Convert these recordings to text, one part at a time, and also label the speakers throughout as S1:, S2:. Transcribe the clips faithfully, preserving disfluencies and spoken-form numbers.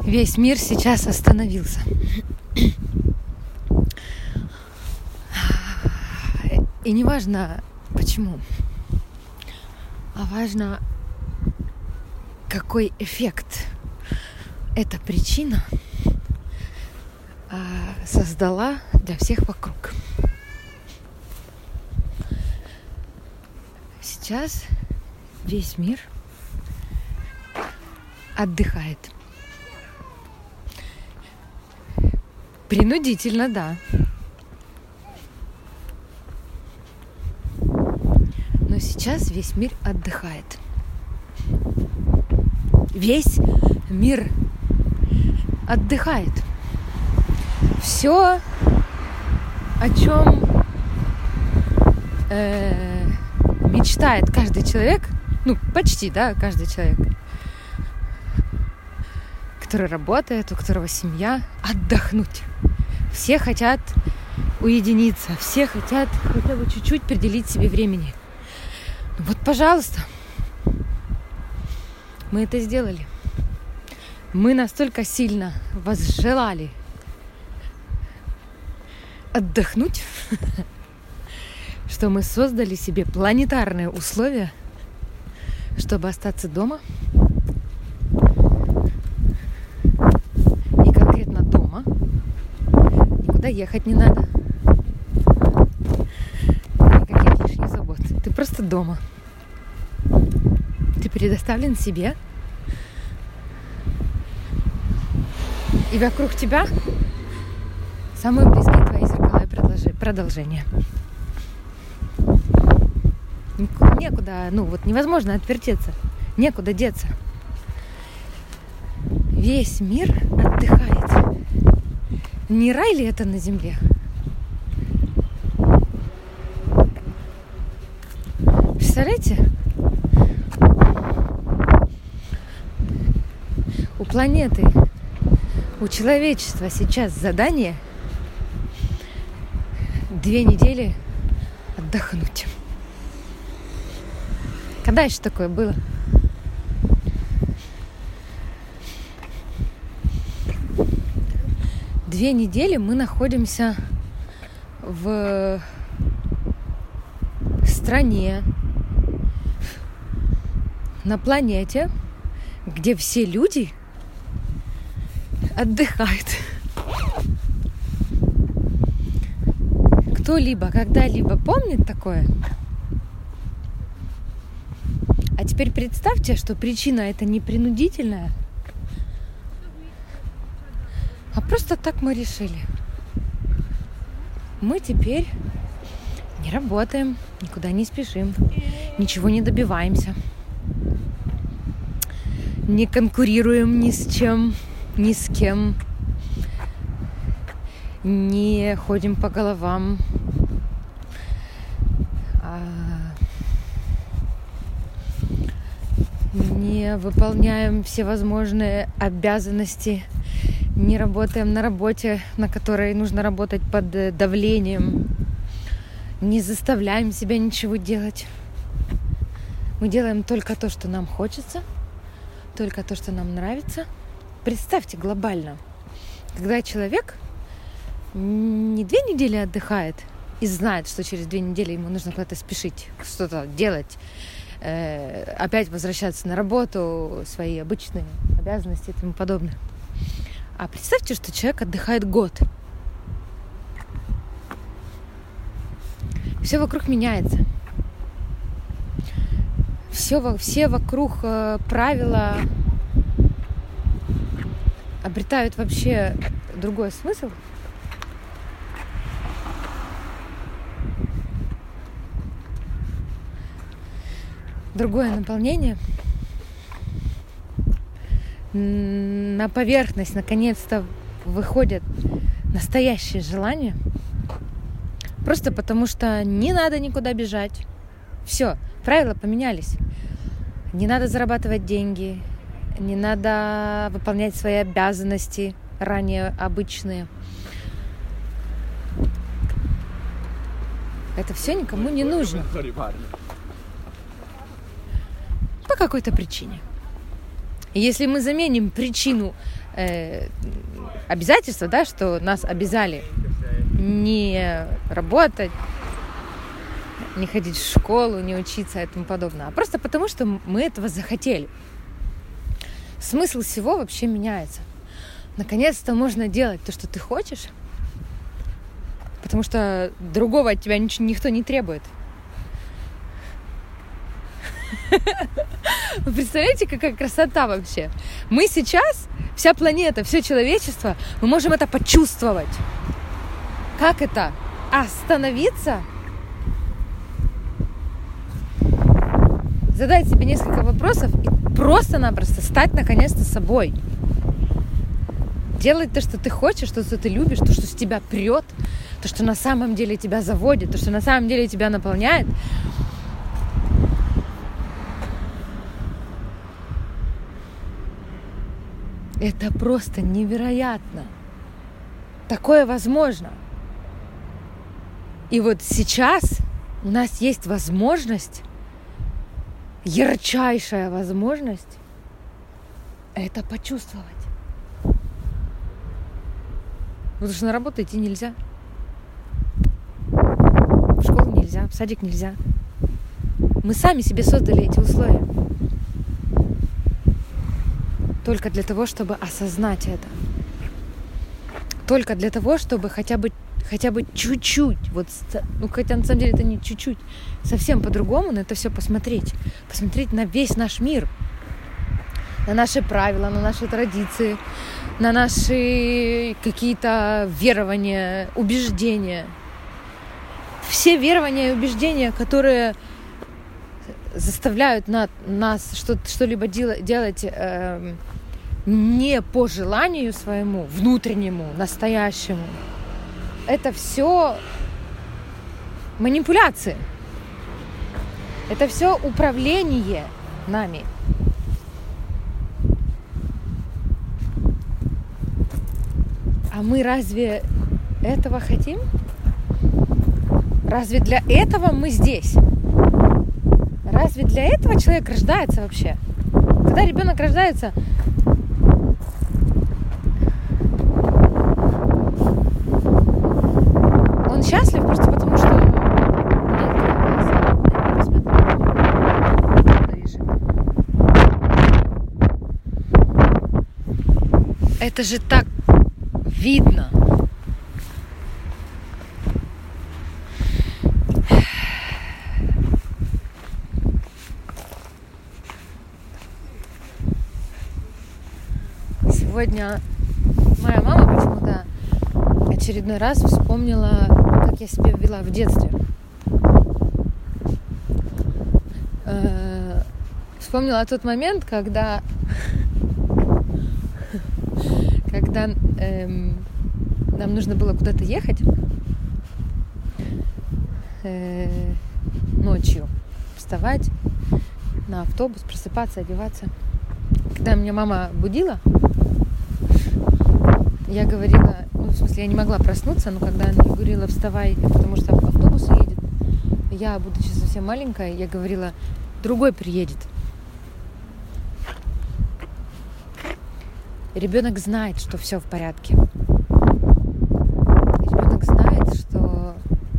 S1: Весь мир сейчас остановился. И не важно почему, а важно, какой эффект эта причина создала для всех вокруг. Сейчас весь мир отдыхает. Принудительно, да. Но сейчас весь мир отдыхает. Весь мир отдыхает. Все, о чем э, мечтает каждый человек, ну, почти, да, каждый человек, который работает, у которого семья, отдохнуть. Все хотят уединиться, все хотят хотя бы чуть-чуть приделить себе времени. Ну вот, пожалуйста, мы это сделали. Мы настолько сильно возжелали отдохнуть, что мы создали себе планетарные условия, чтобы остаться дома. И конкретно дома. Никуда ехать не надо. Никаких лишних забот. Ты просто дома. Ты предоставлен себе. И вокруг тебя самые близкие твои зеркала и продолжения. Некуда, ну вот невозможно отвертеться. Некуда деться. Весь мир отдыхает. Не рай ли это на земле? Представляете? У планеты, у человечества сейчас задание две недели отдохнуть. Когда еще такое было? Две недели мы находимся в стране, на планете, где все люди отдыхают. Кто-либо когда-либо помнит такое? А теперь представьте, что причина это не принудительная, а просто так мы решили. Мы теперь не работаем, никуда не спешим, ничего не добиваемся, не конкурируем ни с чем, ни с кем, не ходим по головам, не выполняем всевозможные обязанности, не работаем на работе, на которой нужно работать под давлением, не заставляем себя ничего делать. Мы делаем только то, что нам хочется, только то, что нам нравится. Представьте глобально, когда человек не две недели отдыхает и знает, что через две недели ему нужно куда-то спешить, что-то делать, э, опять возвращаться на работу, свои обычные обязанности и тому подобное. А представьте, что человек отдыхает год. Все вокруг меняется. Все, все вокруг э, правила обретают вообще другой смысл. Другое наполнение. На поверхность наконец-то выходят настоящие желания. Просто потому что не надо никуда бежать. Все, правила поменялись. Не надо зарабатывать деньги, не надо выполнять свои обязанности, ранее обычные. Это все никому не нужно. По какой-то причине. И если мы заменим причину э, обязательства, да, что нас обязали не работать, не ходить в школу, не учиться и тому подобное, а просто потому, что мы этого захотели. Смысл всего вообще меняется. Наконец-то можно делать то, что ты хочешь, потому что другого от тебя ничего, никто не требует. Вы представляете, какая красота вообще? Мы сейчас, вся планета, все человечество, мы можем это почувствовать. Как это? Остановиться? Задать себе несколько вопросов и просто-напросто стать наконец-то собой. Делать то, что ты хочешь, то, что ты любишь, то, что с тебя прет, то, что на самом деле тебя заводит, то, что на самом деле тебя наполняет. Это просто невероятно. Такое возможно. И вот сейчас у нас есть возможность, ярчайшая возможность это почувствовать. Потому что на работу идти нельзя. В школу нельзя, в садик нельзя. Мы сами себе создали эти условия. Только для того, чтобы осознать это. Только для того, чтобы хотя бы, хотя бы чуть-чуть, вот, ну хотя на самом деле это не чуть-чуть, совсем по-другому на это все посмотреть. Посмотреть на весь наш мир. На наши правила, на наши традиции, на наши какие-то верования, убеждения. Все верования и убеждения, которые заставляют на, нас что, что-либо дел, делать э, не по желанию своему, внутреннему, настоящему. Это все манипуляции. Это все управление нами. А мы разве этого хотим? Разве для этого мы здесь? Разве для этого человек рождается вообще? Когда ребенок рождается, он счастлив просто потому, что это же так видно. Сегодня моя мама почему-то очередной раз вспомнила, как я себя вела в детстве. Э-э- вспомнила тот момент, когда когда эм, нам нужно было куда-то ехать э, ночью, вставать на автобус, просыпаться, одеваться. Когда меня мама будила, я говорила, ну, в смысле, я не могла проснуться, но когда она говорила, вставай, потому что автобус едет, я, будучи совсем маленькая, я говорила, другой приедет. Ребенок знает, что все в порядке. Ребенок знает, что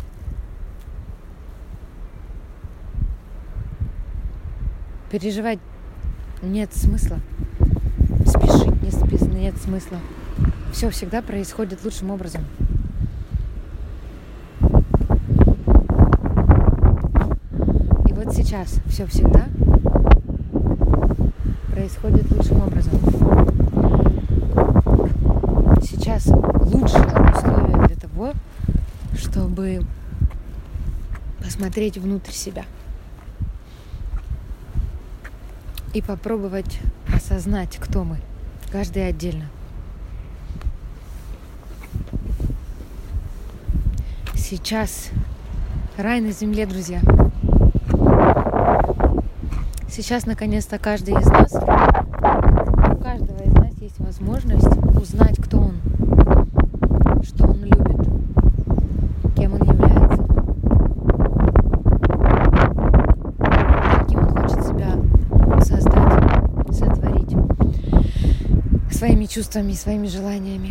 S1: переживать нет смысла. Спешить не спи- нет смысла. Все всегда происходит лучшим образом. И вот сейчас все всегда происходит лучшим образом. Сейчас лучшие условия для того, чтобы посмотреть внутрь себя и попробовать осознать, кто мы, каждый отдельно. Сейчас рай на земле, друзья. Сейчас, наконец-то, каждый из нас, у каждого из нас есть возможность узнать, кто он, что он любит, кем он является, каким он хочет себя создать, сотворить. своими чувствами, своими желаниями,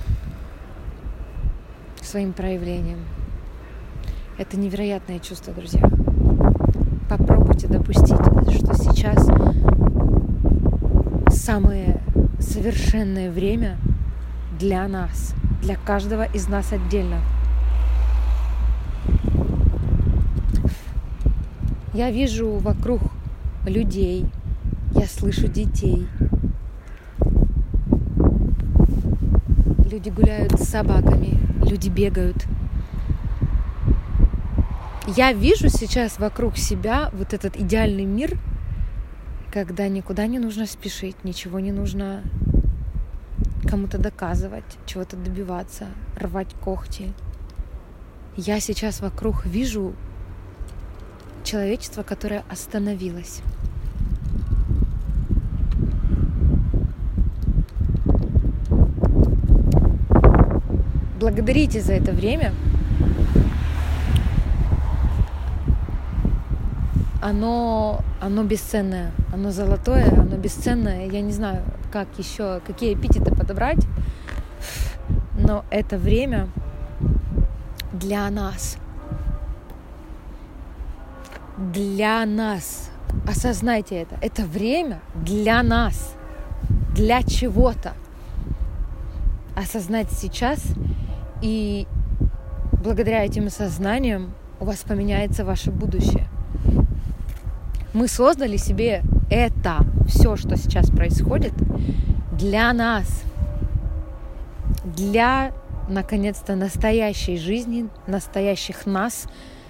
S1: своим проявлением. Это невероятное чувство, друзья. Попробуйте допустить, что сейчас самое совершенное время для нас, для каждого из нас отдельно. Я вижу вокруг людей, я слышу детей. Люди гуляют с собаками, люди бегают. Я вижу сейчас вокруг себя вот этот идеальный мир, когда никуда не нужно спешить, ничего не нужно кому-то доказывать, чего-то добиваться, рвать когти. Я сейчас вокруг вижу человечество, которое остановилось. Благодарите за это время. Оно, оно бесценное, оно золотое, оно бесценное. Я не знаю, как еще, какие эпитеты подобрать, но это время для нас. Для нас. Осознайте это. Это время для нас. Для чего-то. Осознать сейчас, и благодаря этим осознаниям у вас поменяется ваше будущее. Мы создали себе это, все, что сейчас происходит, для нас, для, наконец-то, настоящей жизни, настоящих нас,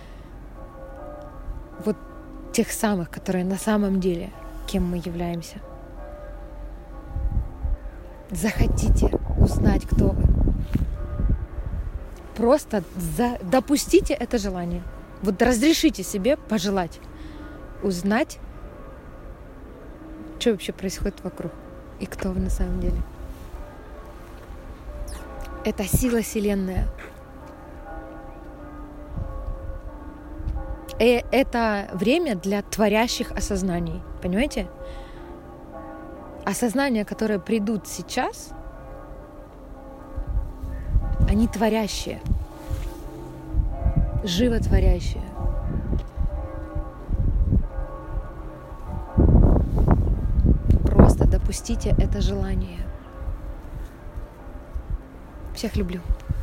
S1: вот тех самых, которые на самом деле, кем мы являемся. Захотите узнать, кто вы. Просто за... допустите это желание. Вот разрешите себе пожелать. Узнать, что вообще происходит вокруг и кто вы на самом деле. Это сила Вселенная. И это время для творящих осознаний. Понимаете? Осознания, которые придут сейчас, они творящие, животворящие. Допустите это желание. Всех люблю.